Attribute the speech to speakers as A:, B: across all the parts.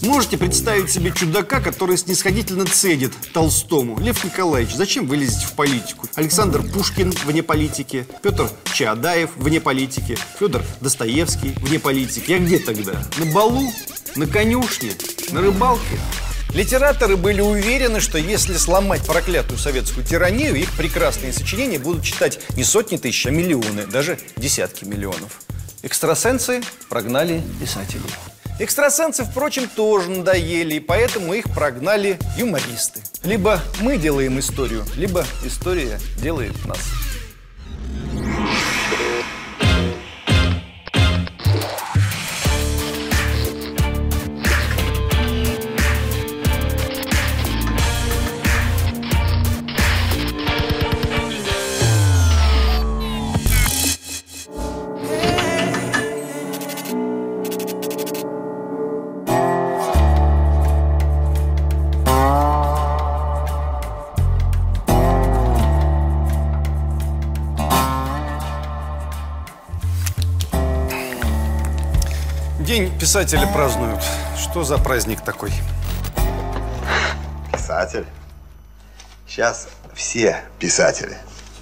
A: Можете представить себе чудака, который снисходительно цедит Толстому: Лев Николаевич, зачем вы лезете в политику? Александр Пушкин вне политики, Петр Чаадаев вне политики, Федор Достоевский вне политики. А где тогда? На балу? На конюшне? На рыбалке? Литераторы были уверены, что если сломать проклятую советскую тиранию, их прекрасные сочинения будут читать не сотни тысяч, а миллионы, даже десятки миллионов. Экстрасенсы прогнали писателей. Экстрасенсы, впрочем, тоже надоели, и поэтому их прогнали юмористы. Либо мы делаем историю, либо история делает нас. День писателя празднуют. Что за праздник такой?
B: Писатель? Сейчас все писатели.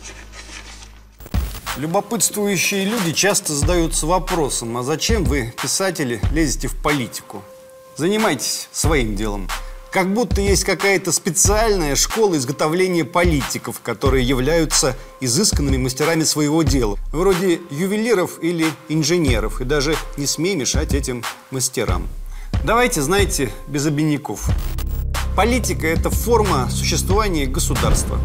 A: Любопытствующие люди часто задаются вопросом: а зачем вы, писатели, лезете в политику? Занимайтесь своим делом. Как будто есть какая-то специальная школа изготовления политиков, которые являются изысканными мастерами своего дела, вроде ювелиров или инженеров, и даже не смей мешать этим мастерам. Давайте, знаете, без обиняков. Политика – это форма существования государства.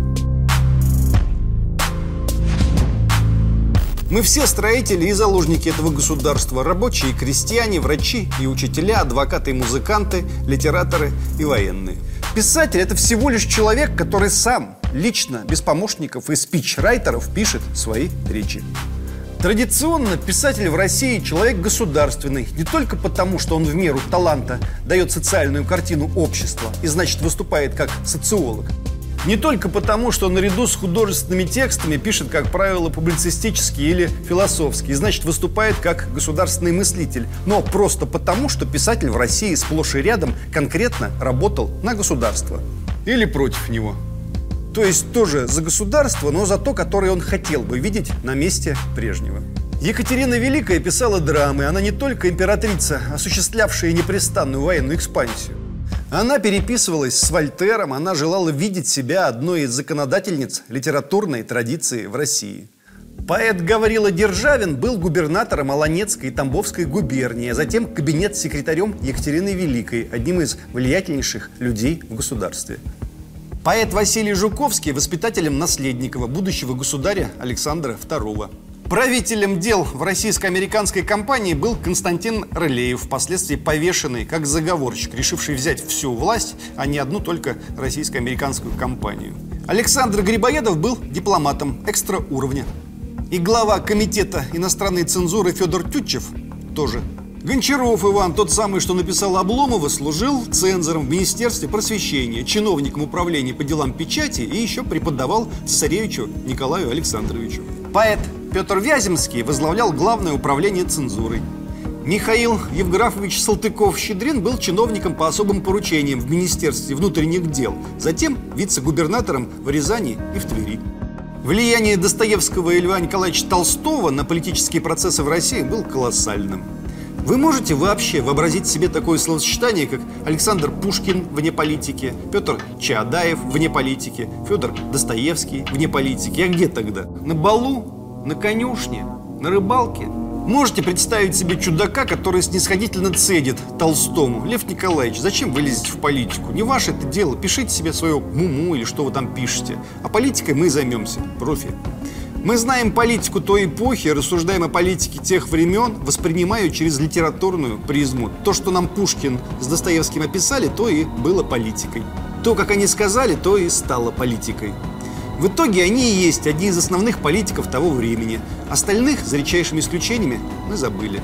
A: Мы все строители и заложники этого государства. Рабочие, крестьяне, врачи и учителя, адвокаты и музыканты, литераторы и военные. Писатель – это всего лишь человек, который сам, лично, без помощников и спичрайтеров пишет свои речи. Традиционно писатель в России человек государственный не только потому, что он в меру таланта дает социальную картину общества и, значит, выступает как социолог. Не только потому, что наряду с художественными текстами пишет, как правило, публицистические или философские, значит, выступает как государственный мыслитель, но просто потому, что писатель в России сплошь и рядом конкретно работал на государство или против него. То есть тоже за государство, но за то, которое он хотел бы видеть на месте прежнего. Екатерина Великая писала драмы. Она не только императрица, осуществлявшая непрестанную военную экспансию. Она переписывалась с Вольтером, она желала видеть себя одной из законодательниц литературной традиции в России. Поэт Гаврила Державин был губернатором Оланецкой и Тамбовской губернии, а затем кабинет-секретарем Екатерины Великой, одним из влиятельнейших людей в государстве. Поэт Василий Жуковский – воспитателем наследника, будущего государя Александра II. Правителем дел в российско-американской компании был Константин Рылеев, впоследствии повешенный как заговорщик, решивший взять всю власть, а не одну только российско-американскую компанию. Александр Грибоедов был дипломатом экстра-уровня. И глава комитета иностранной цензуры Федор Тютчев тоже. Гончаров Иван, тот самый, что написал Обломова, служил цензором в Министерстве просвещения, чиновником управления по делам печати и еще преподавал цесаревичу Николаю Александровичу. Поэт Петр Вяземский возглавлял Главное управление цензурой. Михаил Евграфович Салтыков-Щедрин был чиновником по особым поручениям в Министерстве внутренних дел, затем вице-губернатором в Рязани и в Твери. Влияние Достоевского и Льва Николаевича Толстого на политические процессы в России было колоссальным. Вы можете вообще вообразить себе такое словосочетание, как Александр Пушкин вне политики, Петр Чаадаев вне политики, Федор Достоевский вне политики? А где тогда? На балу? На конюшне? На рыбалке? Можете представить себе чудака, который снисходительно цедит Толстому: Лев Николаевич, зачем вы лезете в политику? Не ваше это дело, пишите себе свое муму или что вы там пишете. А политикой мы и займемся, профи. Мы знаем политику той эпохи, рассуждаем о политике тех времен, воспринимая ее через литературную призму. То, что нам Пушкин с Достоевским описали, то и было политикой. То, как они сказали, то и стало политикой. В итоге они и есть одни из основных политиков того времени. Остальных, за редчайшими исключениями, мы забыли.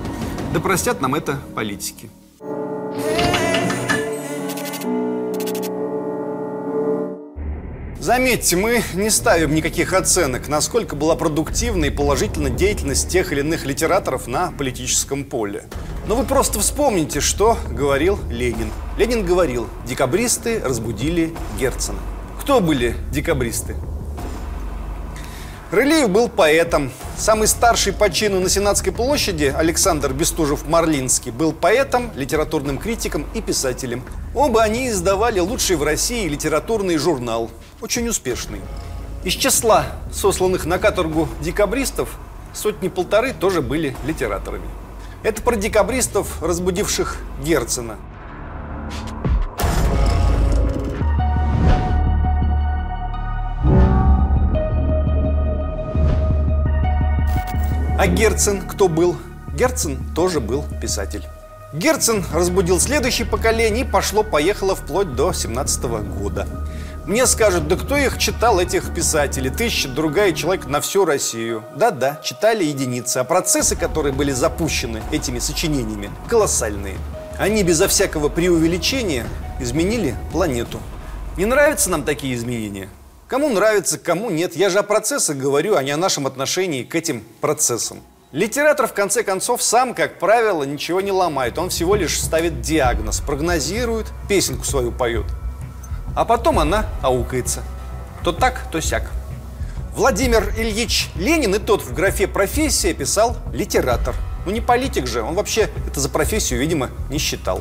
A: Да простят нам это политики. Заметьте, мы не ставим никаких оценок, насколько была продуктивна и положительна деятельность тех или иных литераторов на политическом поле. Но вы просто вспомните, что говорил Ленин. Ленин говорил: декабристы разбудили Герцена. Кто были декабристы? Рылеев был поэтом. Самый старший по чину на Сенатской площади, Александр Бестужев-Марлинский, был поэтом, литературным критиком и писателем. Оба они издавали лучший в России литературный журнал, очень успешный. Из числа сосланных на каторгу декабристов сотни-полторы тоже были литераторами. Это про декабристов, разбудивших Герцена. А Герцен кто был? Герцен тоже был писатель. Герцен разбудил следующее поколение и пошло-поехало вплоть до 17-го года. Мне скажут: да кто их читал, этих писателей? Тысяча, другая человек на всю Россию. Да-да, читали единицы, а процессы, которые были запущены этими сочинениями, колоссальные. Они безо всякого преувеличения изменили планету. Не нравятся нам такие изменения? Кому нравится, кому нет. Я же о процессах говорю, а не о нашем отношении к этим процессам. Литератор, в конце концов, сам, как правило, ничего не ломает. Он всего лишь ставит диагноз, прогнозирует, песенку свою поет. А потом она аукается. То так, то сяк. Владимир Ильич Ленин и тот в графе «профессия» писал «литератор». Ну не политик же, он вообще это за профессию, видимо, не считал.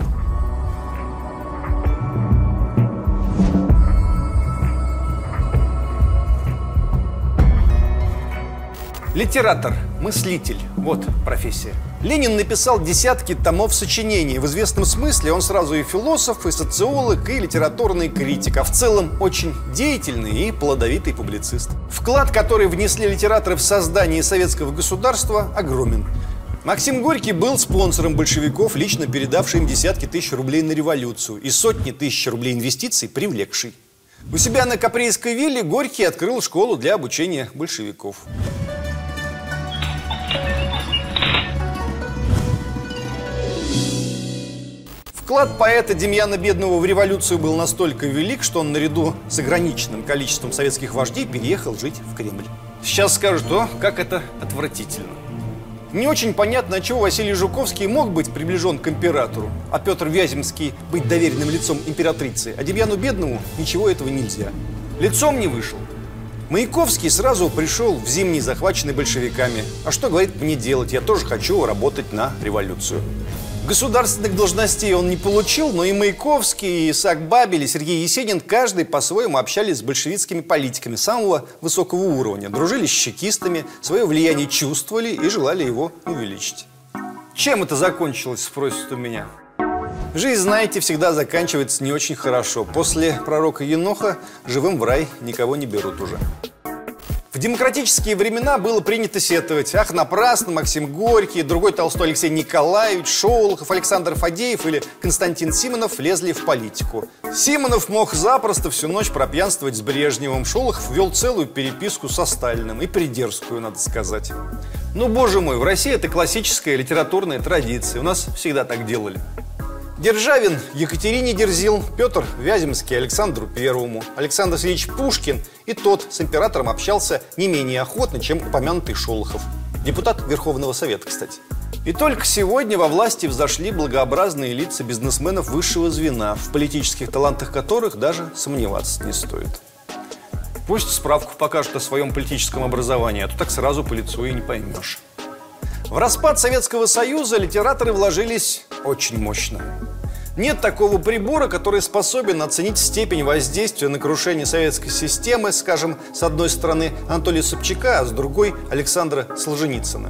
A: Литератор, мыслитель, вот профессия. Ленин написал десятки томов сочинений. В известном смысле он сразу и философ, и социолог, и литературный критик. А в целом очень деятельный и плодовитый публицист. Вклад, который внесли литераторы в создание советского государства, огромен. Максим Горький был спонсором большевиков, лично передавший им десятки тысяч рублей на революцию и сотни тысяч рублей инвестиций привлекший. У себя на Капрейской вилле Горький открыл школу для обучения большевиков. Вклад поэта Демьяна Бедного в революцию был настолько велик, что он наряду с ограниченным количеством советских вождей переехал жить в Кремль. Сейчас скажут: о, как это отвратительно. Не очень понятно, отчего Василий Жуковский мог быть приближен к императору, а Петр Вяземский быть доверенным лицом императрицы, а Демьяну Бедному ничего этого нельзя. Лицом не вышел. Маяковский сразу пришел в Зимний, захваченный большевиками. А что, говорит, мне делать? Я тоже хочу работать на революцию. Государственных должностей он не получил, но и Маяковский, и Исаак Бабель, и Сергей Есенин, каждый по-своему общались с большевистскими политиками самого высокого уровня, дружили с чекистами, свое влияние чувствовали и желали его увеличить. Чем это закончилось, спросят у меня. Жизнь, знаете, всегда заканчивается не очень хорошо. После пророка Еноха живым в рай никого не берут уже. В демократические времена было принято сетовать: ах, напрасно Максим Горький, другой Толстой Алексей Николаевич, Шолохов, Александр Фадеев или Константин Симонов лезли в политику. Симонов мог запросто всю ночь пропьянствовать с Брежневым. Шолохов вел целую переписку со Сталиным, и придерзкую, надо сказать. Ну, боже мой, в России это классическая литературная традиция. У нас всегда так делали. Державин Екатерине дерзил, Петр Вяземский Александру Первому, Александр Васильевич Пушкин и тот с императором общался не менее охотно, чем упомянутый Шолохов. Депутат Верховного Совета, кстати. И только сегодня во власти взошли благообразные лица бизнесменов высшего звена, в политических талантах которых даже сомневаться не стоит. Пусть справку покажут о своем политическом образовании, а то так сразу по лицу и не поймешь. В распад Советского Союза литераторы вложились очень мощно. Нет такого прибора, который способен оценить степень воздействия на крушение советской системы, скажем, с одной стороны Анатолия Собчака, а с другой Александра Солженицына.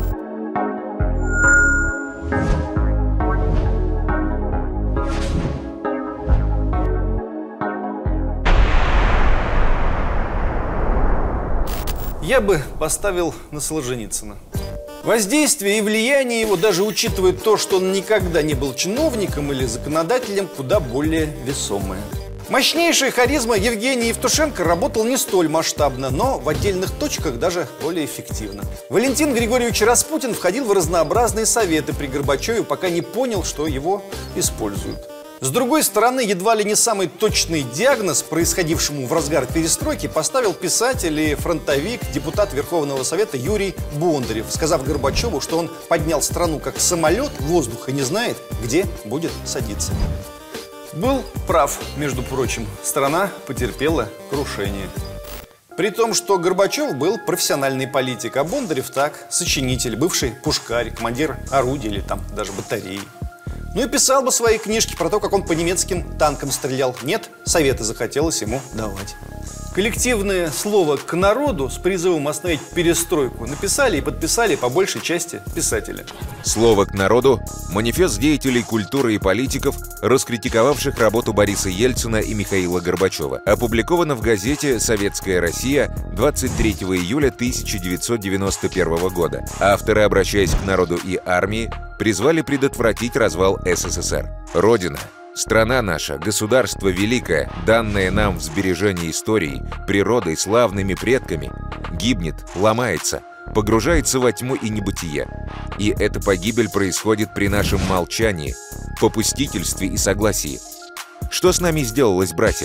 A: Я бы поставил на Солженицына. Воздействие и влияние его, даже учитывая то, что он никогда не был чиновником или законодателем, куда более весомое. Мощнейшая харизма Евгения Евтушенко работал не столь масштабно, но в отдельных точках даже более эффективно. Валентин Григорьевич Распутин входил в разнообразные советы при Горбачеве, пока не понял, что его используют. С другой стороны, едва ли не самый точный диагноз происходившему в разгар перестройки поставил писатель и фронтовик, депутат Верховного Совета Юрий Бондарев, сказав Горбачеву, что он поднял страну как самолет в воздух и не знает, где будет садиться. Был прав, между прочим, страна потерпела крушение. При том, что Горбачев был профессиональный политик, а Бондарев так, сочинитель, бывший пушкарь, командир орудия или там даже батареи. Ну и писал бы свои книжки про то, как он по немецким танкам стрелял. Нет, советы захотелось ему давать. Коллективное слово к народу с призывом остановить перестройку написали и подписали по большей части писатели.
C: Слово к народу – манифест деятелей культуры и политиков, раскритиковавших работу Бориса Ельцина и Михаила Горбачева. Опубликовано в газете «Советская Россия» 23 июля 1991 года. Авторы, обращаясь к народу и армии, призвали предотвратить развал СССР. Родина, страна наша, государство великое, данное нам в сбережении истории, природой, славными предками, гибнет, ломается, погружается во тьму и небытие. И эта погибель происходит при нашем молчании, попустительстве и согласии. Что с нами сделалось, братья?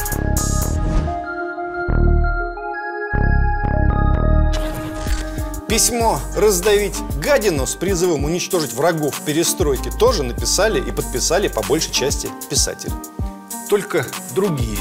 A: Письмо «Раздавить гадину» с призывом уничтожить врагов перестройки тоже написали и подписали по большей части писатели. Только другие.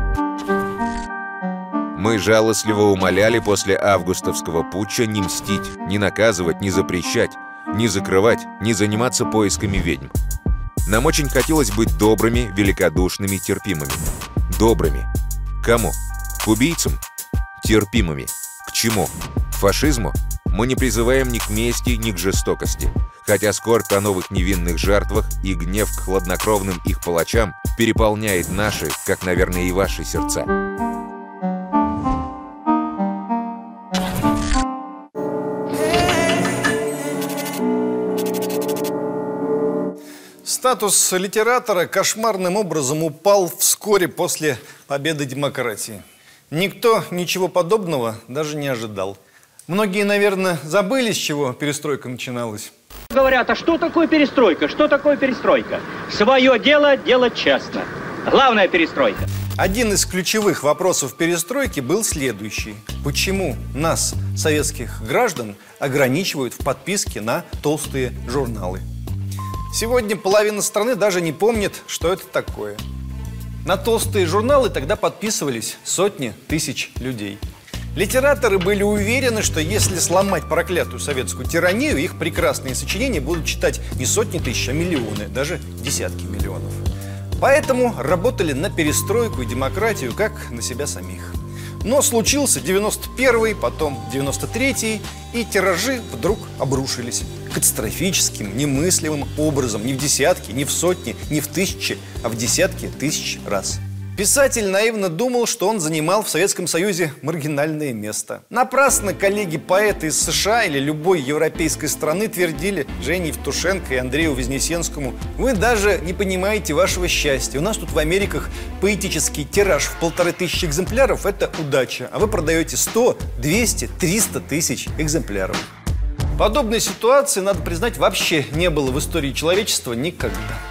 C: Мы жалостливо умоляли после августовского путча не мстить, не наказывать, не запрещать, не закрывать, не заниматься поисками ведьм. Нам очень хотелось быть добрыми, великодушными, терпимыми. Добрыми. К кому? К убийцам? Терпимыми. К чему? К фашизму? Мы не призываем ни к мести, ни к жестокости. Хотя скорбь о новых невинных жертвах и гнев к хладнокровным их палачам переполняет наши, как, наверное, и ваши сердца.
A: Статус литератора кошмарным образом упал вскоре после победы демократии. Никто ничего подобного даже не ожидал. Многие, наверное, забыли, с чего перестройка начиналась.
D: Говорят, а что такое перестройка? Что такое перестройка? Свое дело делать честно. Главная перестройка.
A: Один из ключевых вопросов перестройки был следующий. Почему нас, советских граждан, ограничивают в подписке на толстые журналы? Сегодня половина страны даже не помнит, что это такое. На толстые журналы тогда подписывались сотни тысяч людей. Литераторы были уверены, что если сломать проклятую советскую тиранию, их прекрасные сочинения будут читать не сотни тысяч, а миллионы, даже десятки миллионов. Поэтому работали на перестройку и демократию, как на себя самих. Но случился 91-й, потом 93-й, и тиражи вдруг обрушились. Катастрофическим, немыслимым образом. Не в десятки, не в сотни, не в тысячи, а в десятки тысяч раз. Писатель наивно думал, что он занимал в Советском Союзе маргинальное место. Напрасно коллеги-поэты из США или любой европейской страны твердили Жене Евтушенко и Андрею Вознесенскому: вы даже не понимаете вашего счастья. У нас тут в Америках поэтический тираж в 1500 экземпляров – это удача, а вы продаете 100, 200, 300 тысяч экземпляров. Подобной ситуации, надо признать, вообще не было в истории человечества никогда.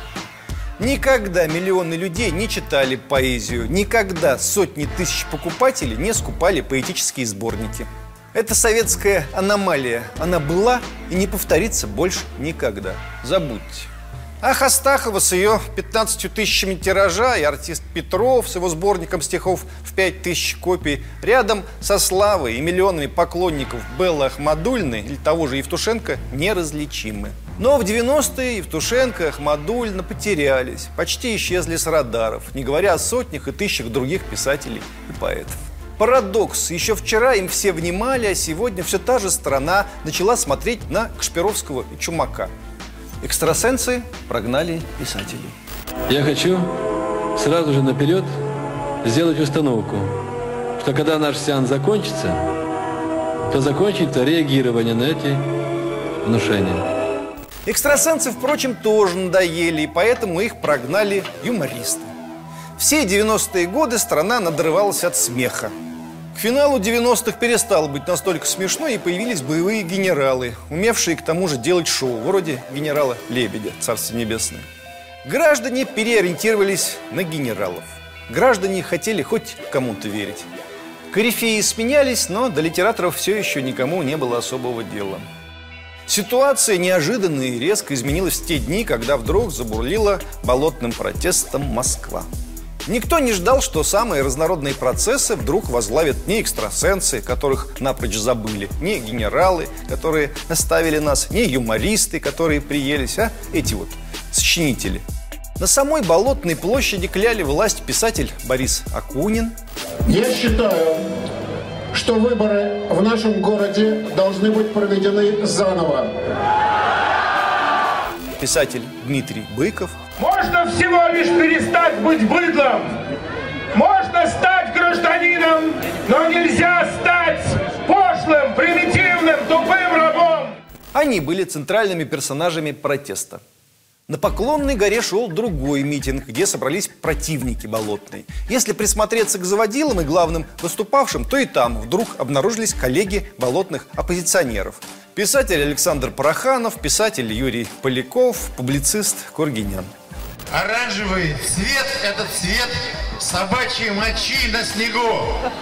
A: Никогда миллионы людей не читали поэзию, никогда сотни тысяч покупателей не скупали поэтические сборники. Это советская аномалия. Она была и не повторится больше никогда. Забудьте. А Астахова с ее 15 тысячами тиража и артист Петров с его сборником стихов в 5000 копий рядом со славой и миллионами поклонников Беллы Ахмадульны или того же Евтушенко неразличимы. Но в 90-е Евтушенко, Ахмадульна потерялись, почти исчезли с радаров, не говоря о сотнях и тысячах других писателей и поэтов. Парадокс. Еще вчера им все внимали, а сегодня все та же страна начала смотреть на Кашпировского и Чумака. Экстрасенсы прогнали писателей.
E: Я хочу сразу же наперед сделать установку, что когда наш сеанс закончится, то закончится реагирование на эти внушения.
A: Экстрасенсы, впрочем, тоже надоели, и поэтому их прогнали юмористы. Все 90-е годы страна надрывалась от смеха. К финалу 90-х перестало быть настолько смешно, и появились боевые генералы, умевшие к тому же делать шоу, вроде генерала Лебедя, царство небесное. Граждане переориентировались на генералов. Граждане хотели хоть кому-то верить. Корифеи сменялись, но до литераторов все еще никому не было особого дела. Ситуация неожиданно и резко изменилась в те дни, когда вдруг забурлила болотным протестом Москва. Никто не ждал, что самые разнородные процессы вдруг возглавят не экстрасенсы, которых напрочь забыли, не генералы, которые оставили нас, не юмористы, которые приелись, а эти вот сочинители. На самой Болотной площади кляли власть писатель Борис Акунин.
F: Я считаю, что выборы в нашем городе должны быть проведены заново.
A: Писатель Дмитрий Быков.
G: Можно всего лишь перестать быть быдлом. Можно стать гражданином, но нельзя стать пошлым, примитивным, тупым рабом.
A: Они были центральными персонажами протеста. На Поклонной горе шел другой митинг, где собрались противники Болотной. Если присмотреться к заводилам и главным выступавшим, то и там вдруг обнаружились коллеги болотных оппозиционеров. Писатель Александр Пороханов, писатель Юрий Поляков, публицист Кургинян.
H: Оранжевый цвет – это цвет собачьей мочи на снегу.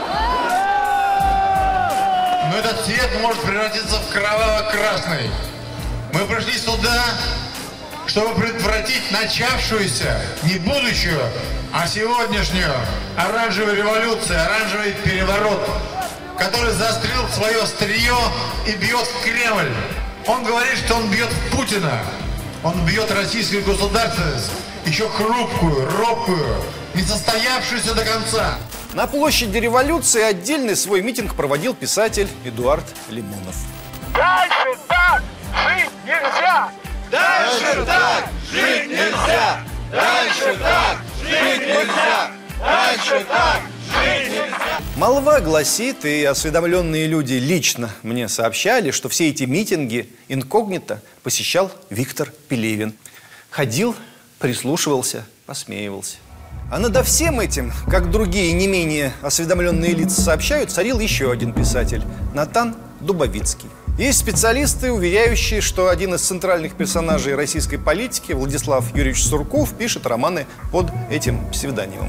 H: Но этот цвет может превратиться в кроваво-красный. Мы пришли сюда, чтобы предотвратить начавшуюся, не будущую, а сегодняшнюю оранжевую революцию, оранжевый переворот, который заострил свое острие и бьет в Кремль. Он говорит, что он бьет в Путина. Он бьет российскую государственность, еще хрупкую, робкую, не состоявшуюся до конца.
A: На площади революции отдельный свой митинг проводил писатель Эдуард Лимонов.
G: Дальше так жить нельзя!
B: Дальше так жить нельзя! Дальше так жить нельзя! Дальше так жить нельзя!
A: Молва гласит, и осведомленные люди лично мне сообщали, что все эти митинги инкогнито посещал Виктор Пелевин. Ходил, прислушивался, посмеивался. А надо всем этим, как другие не менее осведомленные лица сообщают, царил еще один писатель – Натан Дубовицкий. Есть специалисты, уверяющие, что один из центральных персонажей российской политики, Владислав Юрьевич Сурков, пишет романы под этим псевдонимом.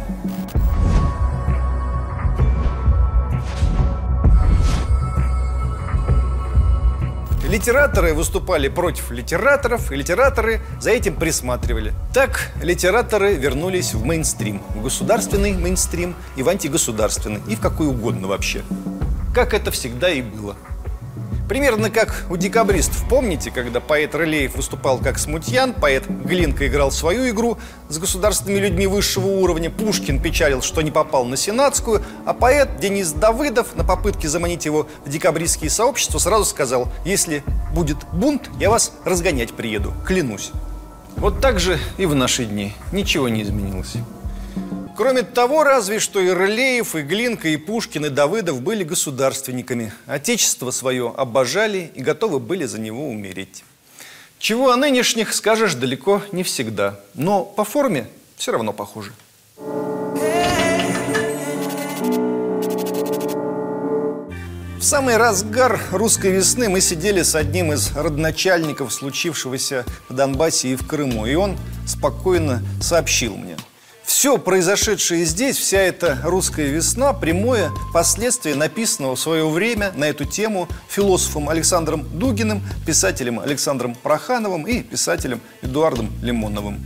A: Литераторы выступали против литераторов, и литераторы за этим присматривали. Так литераторы вернулись в мейнстрим, в государственный мейнстрим и в антигосударственный, и в какой угодно вообще. Как это всегда и было. Примерно как у декабристов. Помните, когда поэт Рылеев выступал как смутьян, поэт Глинка играл свою игру с государственными людьми высшего уровня, Пушкин печалил, что не попал на сенатскую, а поэт Денис Давыдов на попытке заманить его в декабристские сообщества сразу сказал: если будет бунт, я вас разгонять приеду, клянусь. Вот так же и в наши дни ничего не изменилось. Кроме того, разве что и Рылеев, и Глинка, и Пушкин, и Давыдов были государственниками. Отечество свое обожали и готовы были за него умереть. Чего о нынешних скажешь далеко не всегда, но по форме все равно похоже. В самый разгар русской весны мы сидели с одним из родоначальников случившегося в Донбассе и в Крыму, и он спокойно сообщил мне: все произошедшее здесь, вся эта русская весна – прямое последствие написанного в свое время на эту тему философом Александром Дугиным, писателем Александром Порохановым и писателем Эдуардом Лимоновым.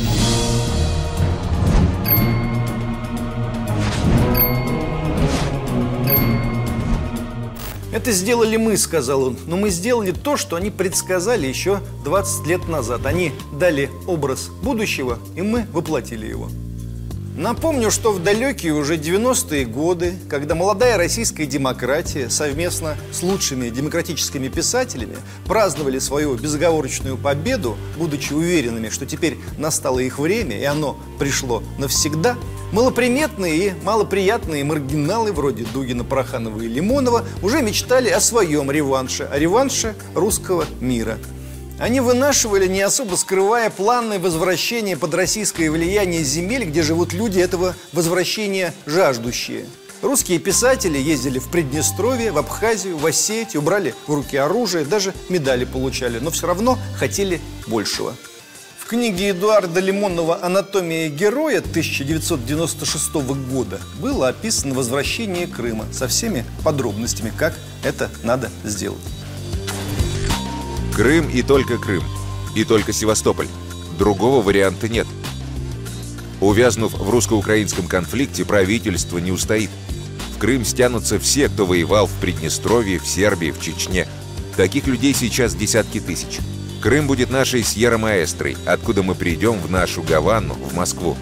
A: Это сделали мы, сказал он, но мы сделали то, что они предсказали еще 20 лет назад. Они дали образ будущего, и мы воплотили его. Напомню, что в далекие уже 90-е годы, когда молодая российская демократия совместно с лучшими демократическими писателями праздновали свою безоговорочную победу, будучи уверенными, что теперь настало их время, и оно пришло навсегда, малоприметные и малоприятные маргиналы вроде Дугина, Пороханова и Лимонова уже мечтали о своем реванше, о реванше русского мира. Они вынашивали, не особо скрывая, планы возвращения под российское влияние земель, где живут люди этого возвращения жаждущие. Русские писатели ездили в Приднестровье, в Абхазию, в Осетию, брали в руки оружие, даже медали получали, но все равно хотели большего. В книге Эдуарда Лимонова «Анатомия героя» 1996 года было описано возвращение Крыма со всеми подробностями, как это надо сделать.
C: Крым и только Крым. И только Севастополь. Другого варианта нет. Увязнув в русско-украинском конфликте, правительство не устоит. В Крым стянутся все, кто воевал в Приднестровье, в Сербии, в Чечне. Таких людей сейчас десятки тысяч. Крым будет нашей Сьерра-Маэстрой, откуда мы придем в нашу Гавану, в Москву.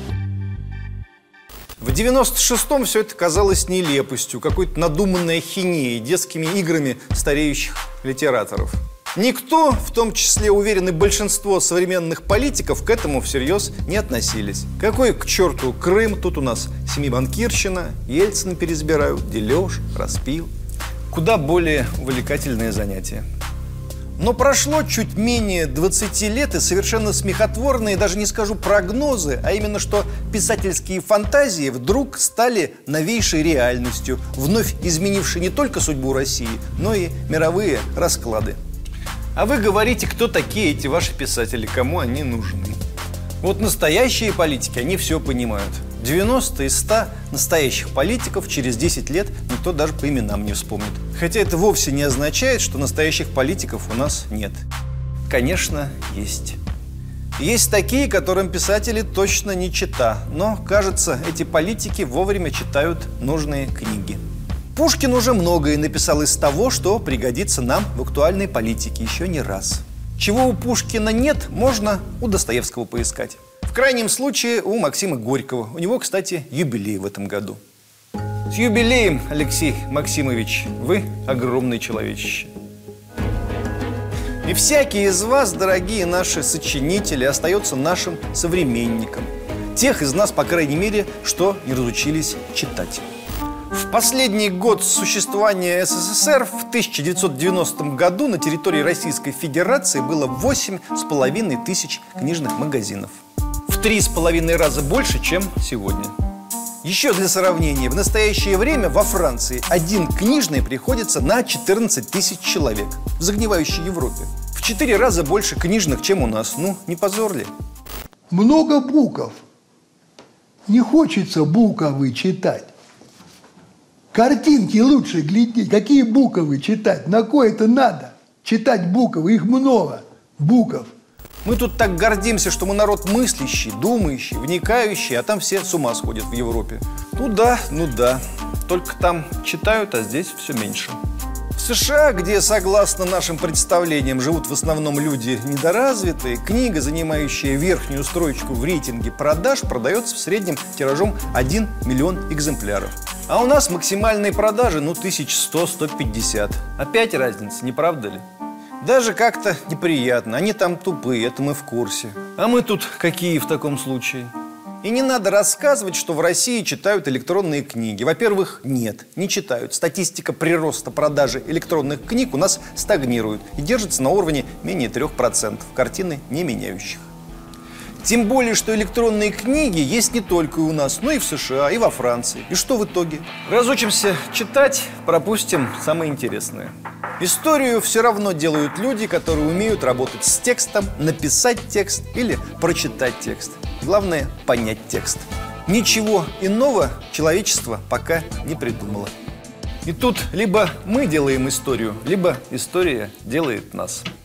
A: В 96-м все это казалось нелепостью, какой-то надуманной ахинеей, детскими играми стареющих литераторов. Никто, в том числе, уверен, и большинство современных политиков, к этому всерьез не относились. Какой к черту Крым? Тут у нас семибанкирщина, Ельцина переизбирают, дележ, распил. Куда более увлекательные занятия. Но прошло чуть менее 20 лет, и совершенно смехотворные, даже не скажу прогнозы, а именно что писательские фантазии вдруг стали новейшей реальностью, вновь изменившей не только судьбу России, но и мировые расклады. А вы говорите, кто такие эти ваши писатели, кому они нужны? Вот настоящие политики, они все понимают. 90 из 100 настоящих политиков через 10 лет никто даже по именам не вспомнит. Хотя это вовсе не означает, что настоящих политиков у нас нет. Конечно, есть. Есть такие, которым писатели точно не чита, но, кажется, эти политики вовремя читают нужные книги. Пушкин уже многое написал из того, что пригодится нам в актуальной политике еще не раз. Чего у Пушкина нет, можно у Достоевского поискать. В крайнем случае у Максима Горького. У него, кстати, юбилей в этом году. С юбилеем, Алексей Максимович, вы огромный человечище. И всякий из вас, дорогие наши сочинители, остается нашим современником. Тех из нас, по крайней мере, что не разучились читать. В последний год существования СССР, в 1990 году, на территории Российской Федерации было 8,5 тысяч книжных магазинов. В 3,5 раза больше, чем сегодня. Еще для сравнения, в настоящее время во Франции один книжный приходится на 14 тысяч человек. В загнивающей Европе. В 4 раза больше книжных, чем у нас. Ну, не позор ли?
I: Много букв. Не хочется буковы читать. Картинки лучше глядеть. Какие буковы читать? На кое это надо? Читать буковы, их много. Букв.
A: Мы тут так гордимся, что мы народ мыслящий, думающий, вникающий, а там все с ума сходят в Европе. Ну да. Только там читают, а здесь все меньше. В США, где, согласно нашим представлениям, живут в основном люди недоразвитые, книга, занимающая верхнюю строчку в рейтинге продаж, продается в среднем тиражом 1 миллион экземпляров. А у нас максимальные продажи, 1100-150. Опять разница, не правда ли? Даже как-то неприятно. Они там тупые, это мы в курсе. А мы тут какие в таком случае? И не надо рассказывать, что в России читают электронные книги. Во-первых, нет, не читают. Статистика прироста продажи электронных книг у нас стагнирует и держится на уровне менее 3%, картины не меняющих. Тем более, что электронные книги есть не только у нас, но и в США, и во Франции. И что в итоге? Разучимся читать, пропустим самое интересное. Историю все равно делают люди, которые умеют работать с текстом, написать текст или прочитать текст. Главное – понять текст. Ничего иного человечество пока не придумало. И тут либо мы делаем историю, либо история делает нас.